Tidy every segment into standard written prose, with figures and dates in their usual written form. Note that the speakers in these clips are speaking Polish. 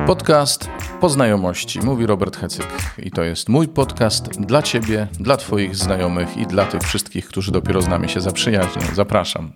Podcast po znajomości, mówi Robert Hecyk. I to jest mój podcast dla Ciebie, dla Twoich znajomych i dla tych wszystkich, którzy dopiero z nami się zaprzyjaźnią. Zapraszam.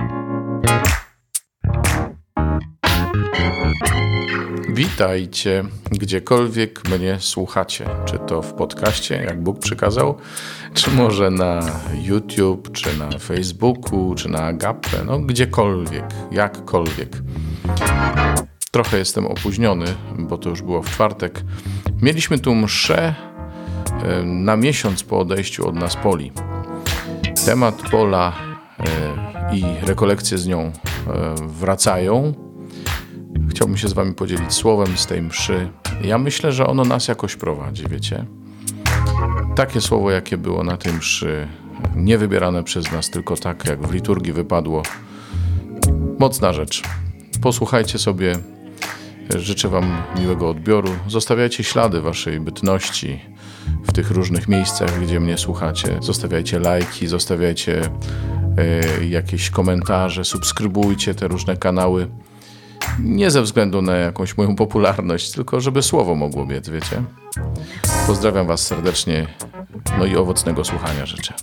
Witajcie, gdziekolwiek mnie słuchacie. Czy to w podcaście, jak Bóg przykazał, czy może na YouTube, czy na Facebooku, czy na Agape, gdziekolwiek, jakkolwiek. Trochę jestem opóźniony, bo to już było w czwartek. Mieliśmy tu mszę na miesiąc po odejściu od nas Poli. Temat Pola i rekolekcje z nią wracają. Chciałbym się z wami podzielić słowem z tej mszy. Ja myślę, że ono nas jakoś prowadzi, wiecie? Takie słowo, jakie było na tej mszy, nie wybierane przez nas, tylko tak, jak w liturgii wypadło. Mocna rzecz. Posłuchajcie sobie. Życzę wam miłego odbioru. Zostawiajcie ślady waszej bytności w tych różnych miejscach, gdzie mnie słuchacie. Zostawiajcie lajki, zostawiajcie jakieś komentarze, subskrybujcie te różne kanały. Nie ze względu na jakąś moją popularność, tylko żeby słowo mogło biec, wiecie? Pozdrawiam was serdecznie, i owocnego słuchania życzę.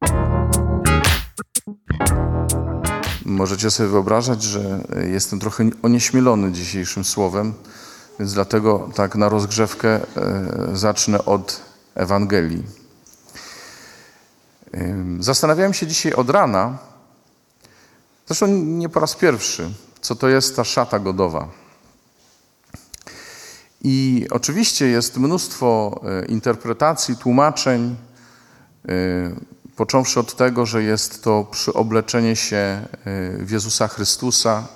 Możecie sobie wyobrażać, że jestem trochę onieśmielony dzisiejszym słowem, więc dlatego tak na rozgrzewkę zacznę od Ewangelii. Zastanawiałem się dzisiaj od rana, zresztą nie po raz pierwszy, co to jest ta szata godowa. I oczywiście jest mnóstwo interpretacji, tłumaczeń, począwszy od tego, że jest to przyobleczenie się w Jezusa Chrystusa,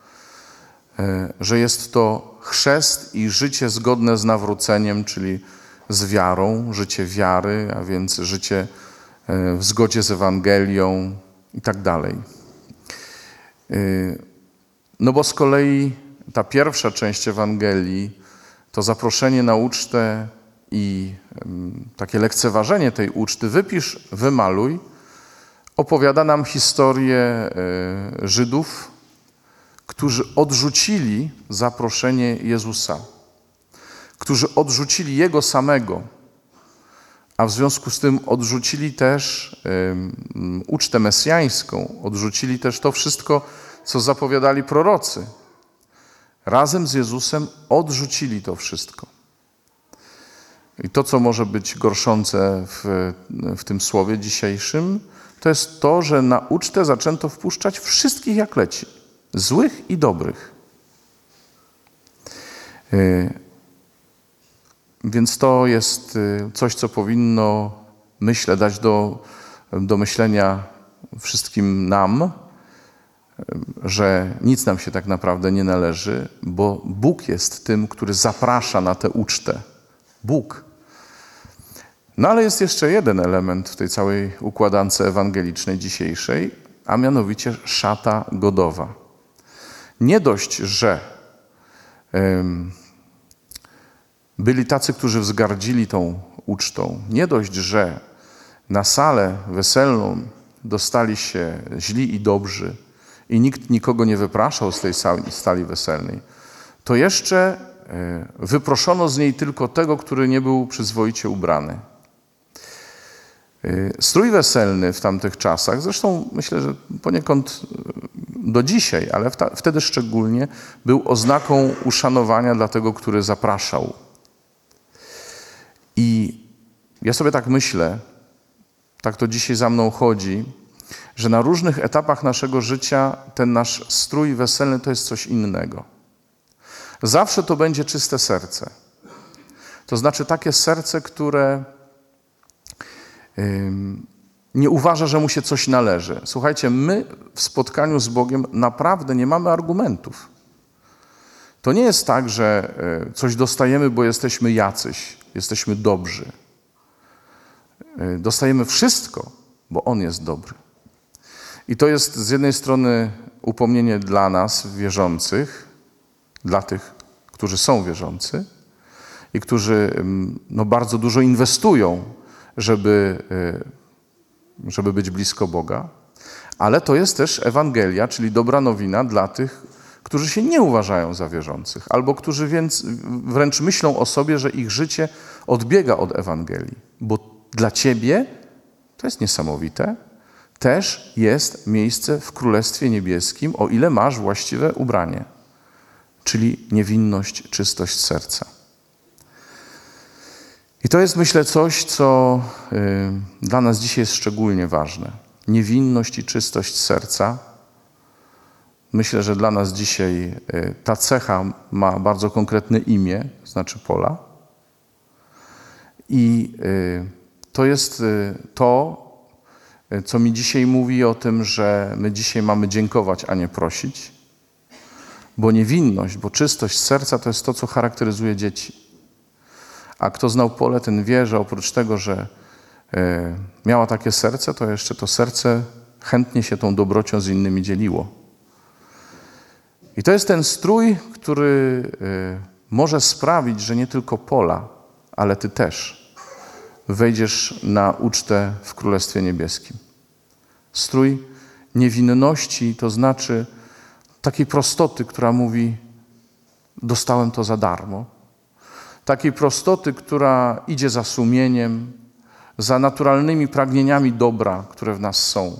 że jest to chrzest i życie zgodne z nawróceniem, czyli z wiarą, życie wiary, a więc życie w zgodzie z Ewangelią i tak dalej. Bo z kolei ta pierwsza część Ewangelii, to zaproszenie na ucztę i takie lekceważenie tej uczty, wypisz, wymaluj, opowiada nam historię Żydów, którzy odrzucili zaproszenie Jezusa, którzy odrzucili Jego samego, a w związku z tym odrzucili też ucztę mesjańską, odrzucili też to wszystko, co zapowiadali prorocy. Razem z Jezusem odrzucili to wszystko. I to, co może być gorszące w tym słowie dzisiejszym, to jest to, że na ucztę zaczęto wpuszczać wszystkich jak leci. Złych i dobrych. Więc to jest coś, co powinno, myślę, dać do myślenia wszystkim nam, że nic nam się tak naprawdę nie należy, bo Bóg jest tym, który zaprasza na tę ucztę. Bóg. Ale jest jeszcze jeden element w tej całej układance ewangelicznej dzisiejszej, a mianowicie szata godowa. Nie dość, że byli tacy, którzy wzgardzili tą ucztą, nie dość, że na salę weselną dostali się źli i dobrzy i nikt nikogo nie wypraszał z tej sali weselnej, to jeszcze wyproszono z niej tylko tego, który nie był przyzwoicie ubrany. Strój weselny w tamtych czasach, zresztą myślę, że poniekąd do dzisiaj, ale wtedy szczególnie, był oznaką uszanowania dla tego, który zapraszał. I ja sobie tak myślę, tak to dzisiaj za mną chodzi, że na różnych etapach naszego życia ten nasz strój weselny to jest coś innego. Zawsze to będzie czyste serce. To znaczy takie serce, które nie uważa, że mu się coś należy. Słuchajcie, my w spotkaniu z Bogiem naprawdę nie mamy argumentów. To nie jest tak, że coś dostajemy, bo jesteśmy jacyś, jesteśmy dobrzy. Dostajemy wszystko, bo On jest dobry. I to jest z jednej strony upomnienie dla nas, wierzących, dla tych, którzy są wierzący i którzy bardzo dużo inwestują, żeby być blisko Boga, ale to jest też Ewangelia, czyli dobra nowina dla tych, którzy się nie uważają za wierzących, albo którzy wręcz myślą o sobie, że ich życie odbiega od Ewangelii. Bo dla ciebie, to jest niesamowite, też jest miejsce w Królestwie Niebieskim, o ile masz właściwe ubranie, czyli niewinność, czystość serca. I to jest, myślę, coś, co dla nas dzisiaj jest szczególnie ważne. Niewinność i czystość serca. Myślę, że dla nas dzisiaj ta cecha ma bardzo konkretne imię, znaczy Pola. I to jest to, co mi dzisiaj mówi o tym, że my dzisiaj mamy dziękować, a nie prosić. Bo niewinność, bo czystość serca to jest to, co charakteryzuje dzieci. A kto znał Polę, ten wie, że oprócz tego, że miała takie serce, to jeszcze to serce chętnie się tą dobrocią z innymi dzieliło. I to jest ten strój, który może sprawić, że nie tylko Pola, ale ty też wejdziesz na ucztę w Królestwie Niebieskim. Strój niewinności, to znaczy takiej prostoty, która mówi: dostałem to za darmo. Takiej prostoty, która idzie za sumieniem, za naturalnymi pragnieniami dobra, które w nas są.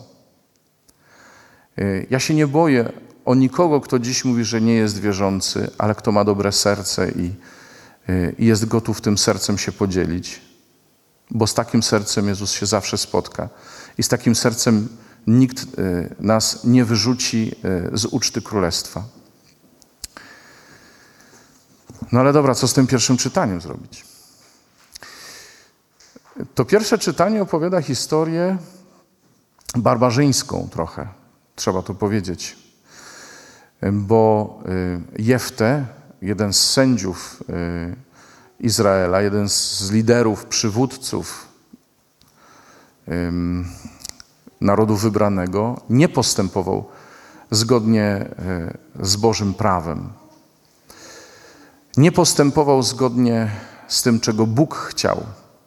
Ja się nie boję o nikogo, kto dziś mówi, że nie jest wierzący, ale kto ma dobre serce i jest gotów tym sercem się podzielić. Bo z takim sercem Jezus się zawsze spotka. I z takim sercem nikt nas nie wyrzuci z uczty Królestwa. No ale dobra, co z tym pierwszym czytaniem zrobić? To pierwsze czytanie opowiada historię barbarzyńską trochę, trzeba to powiedzieć. Bo Jeftę, jeden z sędziów Izraela, jeden z liderów, przywódców narodu wybranego, nie postępował zgodnie z Bożym prawem. Nie postępował zgodnie z tym, czego Bóg chciał,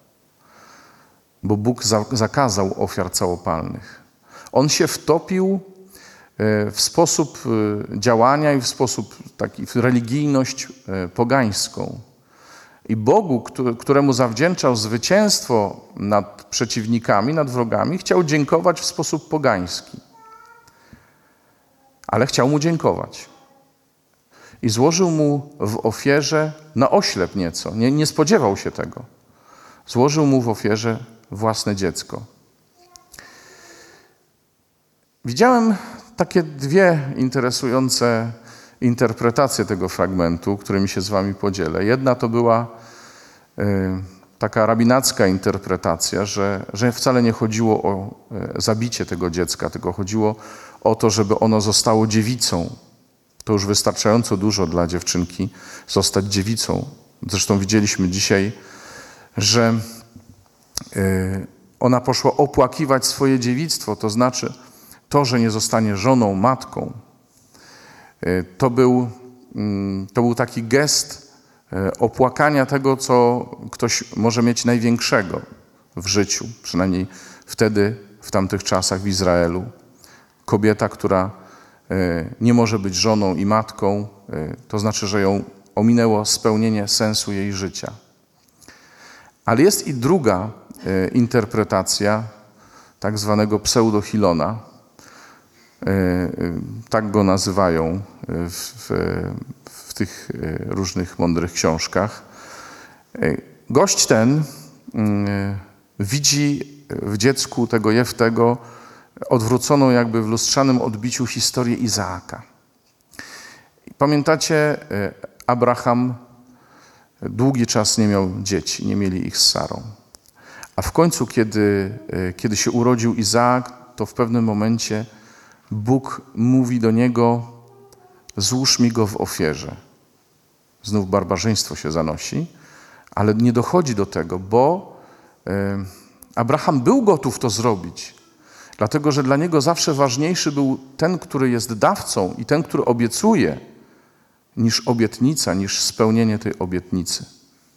bo Bóg zakazał ofiar całopalnych. On się wtopił w sposób działania i w sposób taki, w religijność pogańską. I Bogu, któremu zawdzięczał zwycięstwo nad przeciwnikami, nad wrogami, chciał dziękować w sposób pogański. Ale chciał mu dziękować. I złożył mu w ofierze, na oślep nieco, nie spodziewał się tego, złożył mu w ofierze własne dziecko. Widziałem takie dwie interesujące interpretacje tego fragmentu, którymi się z wami podzielę. Jedna to była taka rabinacka interpretacja, że wcale nie chodziło o zabicie tego dziecka, tylko chodziło o to, żeby ono zostało dziewicą. To już wystarczająco dużo dla dziewczynki zostać dziewicą. Zresztą widzieliśmy dzisiaj, że ona poszła opłakiwać swoje dziewictwo, to znaczy to, że nie zostanie żoną, matką. To był taki gest opłakania tego, co ktoś może mieć największego w życiu, przynajmniej wtedy, w tamtych czasach w Izraelu. Kobieta, która nie może być żoną i matką, to znaczy, że ją ominęło spełnienie sensu jej życia. Ale jest i druga interpretacja tak zwanego pseudochilona. Tak go nazywają w tych różnych mądrych książkach. Gość ten widzi w dziecku tego Jeftego odwróconą jakby w lustrzanym odbiciu historię Izaaka. Pamiętacie, Abraham długi czas nie miał dzieci, nie mieli ich z Sarą. A w końcu, kiedy się urodził Izaak, to w pewnym momencie Bóg mówi do niego: złóż mi go w ofierze. Znów barbarzyństwo się zanosi, ale nie dochodzi do tego, bo Abraham był gotów to zrobić, dlatego że dla niego zawsze ważniejszy był ten, który jest dawcą i ten, który obiecuje, niż obietnica, niż spełnienie tej obietnicy.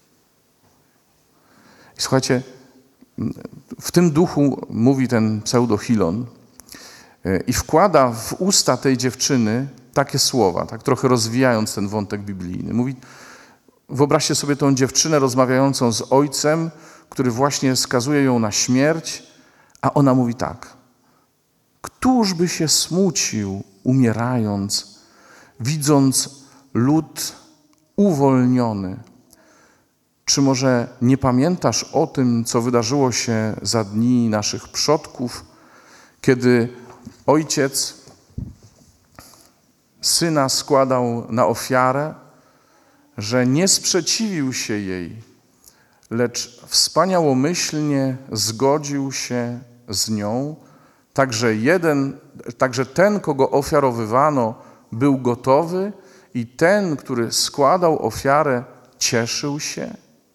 I słuchajcie, w tym duchu mówi ten pseudochilon i wkłada w usta tej dziewczyny takie słowa, tak trochę rozwijając ten wątek biblijny. Mówi, wyobraźcie sobie tą dziewczynę rozmawiającą z ojcem, który właśnie skazuje ją na śmierć, a ona mówi tak: któż by się smucił, umierając, widząc lud uwolniony? Czy może nie pamiętasz o tym, co wydarzyło się za dni naszych przodków, kiedy ojciec syna składał na ofiarę, że nie sprzeciwił się jej, lecz wspaniałomyślnie zgodził się z nią, także ten, kogo ofiarowywano, był gotowy i ten, który składał ofiarę, cieszył się?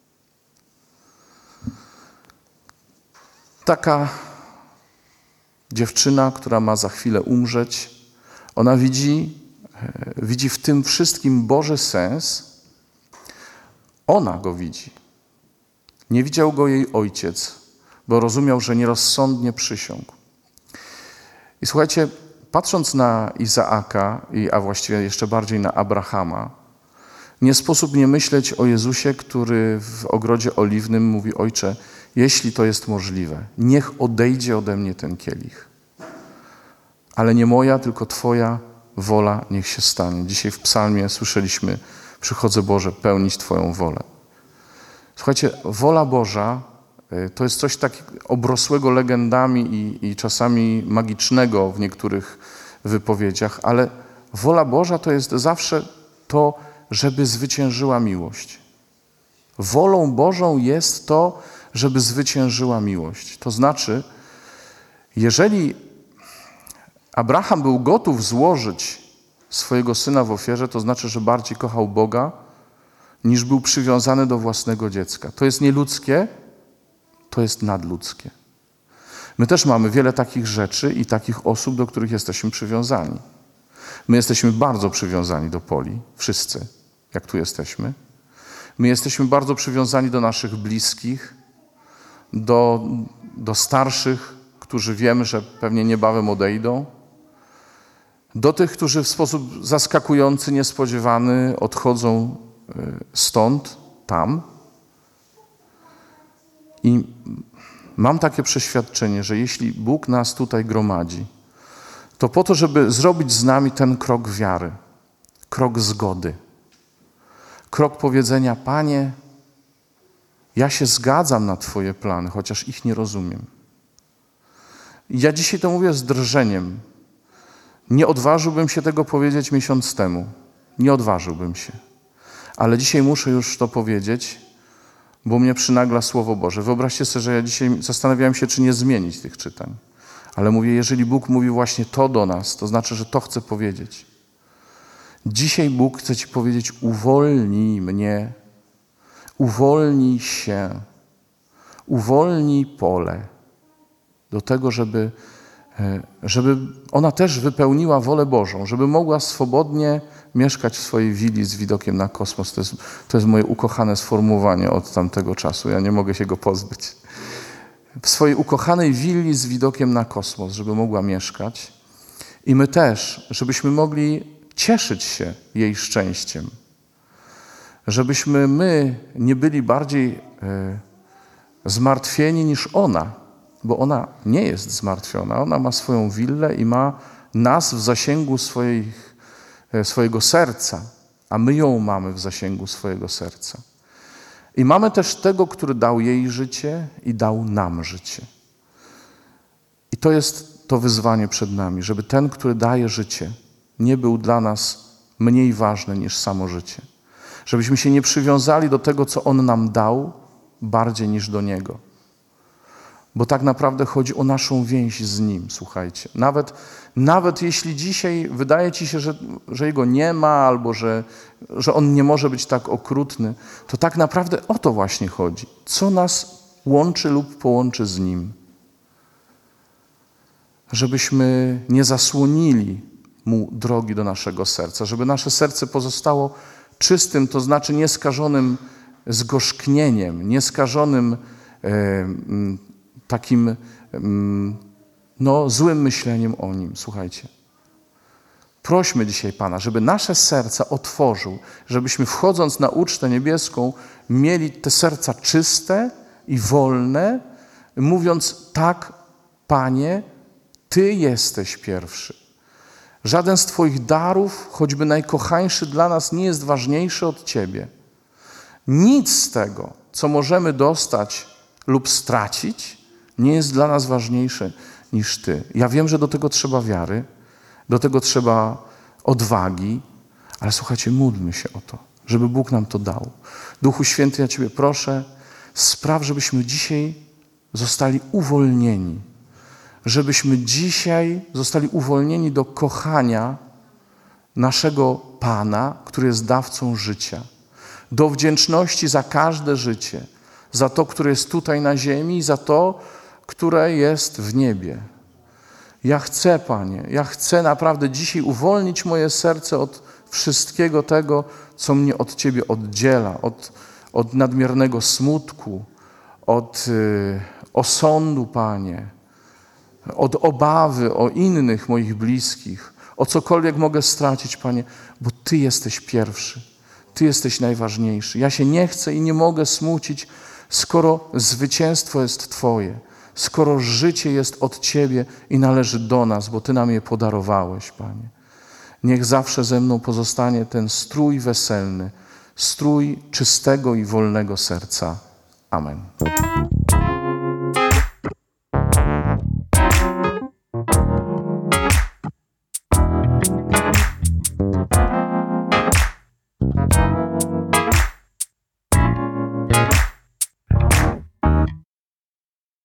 Taka dziewczyna, która ma za chwilę umrzeć, ona widzi w tym wszystkim Boży sens. Ona go widzi. Nie widział go jej ojciec, bo rozumiał, że nierozsądnie przysiągł. I słuchajcie, patrząc na Izaaka, a właściwie jeszcze bardziej na Abrahama, nie sposób nie myśleć o Jezusie, który w ogrodzie oliwnym mówi: Ojcze, jeśli to jest możliwe, niech odejdzie ode mnie ten kielich. Ale nie moja, tylko Twoja wola niech się stanie. Dzisiaj w psalmie słyszeliśmy: przychodzę Boże, pełnić Twoją wolę. Słuchajcie, wola Boża to jest coś tak obrosłego legendami i czasami magicznego w niektórych wypowiedziach, ale wola Boża to jest zawsze to, żeby zwyciężyła miłość. Wolą Bożą jest to, żeby zwyciężyła miłość. To znaczy, jeżeli Abraham był gotów złożyć swojego syna w ofierze, to znaczy, że bardziej kochał Boga, niż był przywiązany do własnego dziecka. To jest nieludzkie, to jest nadludzkie. My też mamy wiele takich rzeczy i takich osób, do których jesteśmy przywiązani. My jesteśmy bardzo przywiązani do Poli, wszyscy, jak tu jesteśmy. My jesteśmy bardzo przywiązani do naszych bliskich, do starszych, którzy wiemy, że pewnie niebawem odejdą, do tych, którzy w sposób zaskakujący, niespodziewany odchodzą stąd, tam. I mam takie przeświadczenie, że jeśli Bóg nas tutaj gromadzi, to po to, żeby zrobić z nami ten krok wiary, krok zgody, krok powiedzenia: Panie, ja się zgadzam na Twoje plany, chociaż ich nie rozumiem. I ja dzisiaj to mówię z drżeniem. Nie odważyłbym się tego powiedzieć miesiąc temu. Nie odważyłbym się. Ale dzisiaj muszę już to powiedzieć, bo mnie przynagla Słowo Boże. Wyobraźcie sobie, że ja dzisiaj zastanawiałem się, czy nie zmienić tych czytań. Ale mówię, jeżeli Bóg mówi właśnie to do nas, to znaczy, że to chce powiedzieć. Dzisiaj Bóg chce Ci powiedzieć: uwolnij mnie, uwolnij się, uwolnij Pole do tego, żeby ona też wypełniła wolę Bożą, żeby mogła swobodnie mieszkać w swojej willi z widokiem na kosmos. To jest moje ukochane sformułowanie od tamtego czasu. Ja nie mogę się go pozbyć. W swojej ukochanej willi z widokiem na kosmos, żeby mogła mieszkać. I my też, żebyśmy mogli cieszyć się jej szczęściem. Żebyśmy my nie byli bardziej zmartwieni niż ona. Bo ona nie jest zmartwiona. Ona ma swoją willę i ma nas w zasięgu swojego serca, a my ją mamy w zasięgu swojego serca. I mamy też tego, który dał jej życie i dał nam życie. I to jest to wyzwanie przed nami, żeby ten, który daje życie, nie był dla nas mniej ważny niż samo życie. Żebyśmy się nie przywiązali do tego, co On nam dał, bardziej niż do Niego. Bo tak naprawdę chodzi o naszą więź z Nim, słuchajcie. Nawet jeśli dzisiaj wydaje ci się, że Jego nie ma, albo że On nie może być tak okrutny, to tak naprawdę o to właśnie chodzi. Co nas łączy lub połączy z Nim? Żebyśmy nie zasłonili Mu drogi do naszego serca, żeby nasze serce pozostało czystym, to znaczy nieskażonym zgorzknieniem, nieskażonym takim złym myśleniem o Nim. Słuchajcie, Prośmy dzisiaj Pana, żeby nasze serca otworzył, żebyśmy wchodząc na ucztę niebieską mieli te serca czyste i wolne, mówiąc tak, Panie, Ty jesteś pierwszy. Żaden z Twoich darów, choćby najkochańszy dla nas, nie jest ważniejszy od Ciebie. Nic z tego, co możemy dostać lub stracić, nie jest dla nas ważniejsze niż Ty. Ja wiem, że do tego trzeba wiary, do tego trzeba odwagi, ale słuchajcie, módlmy się o to, żeby Bóg nam to dał. Duchu Święty, ja Ciebie proszę, spraw, żebyśmy dzisiaj zostali uwolnieni. Żebyśmy dzisiaj zostali uwolnieni do kochania naszego Pana, który jest dawcą życia. Do wdzięczności za każde życie. Za to, które jest tutaj na ziemi i za to, które jest w niebie. Ja chcę, Panie, ja chcę naprawdę dzisiaj uwolnić moje serce od wszystkiego tego, co mnie od Ciebie oddziela, od nadmiernego smutku, od osądu, Panie, od obawy o innych moich bliskich, o cokolwiek mogę stracić, Panie, bo Ty jesteś pierwszy, Ty jesteś najważniejszy. Ja się nie chcę i nie mogę smucić, skoro zwycięstwo jest Twoje, skoro życie jest od Ciebie i należy do nas, bo Ty nam je podarowałeś, Panie. Niech zawsze ze mną pozostanie ten strój weselny, strój czystego i wolnego serca. Amen.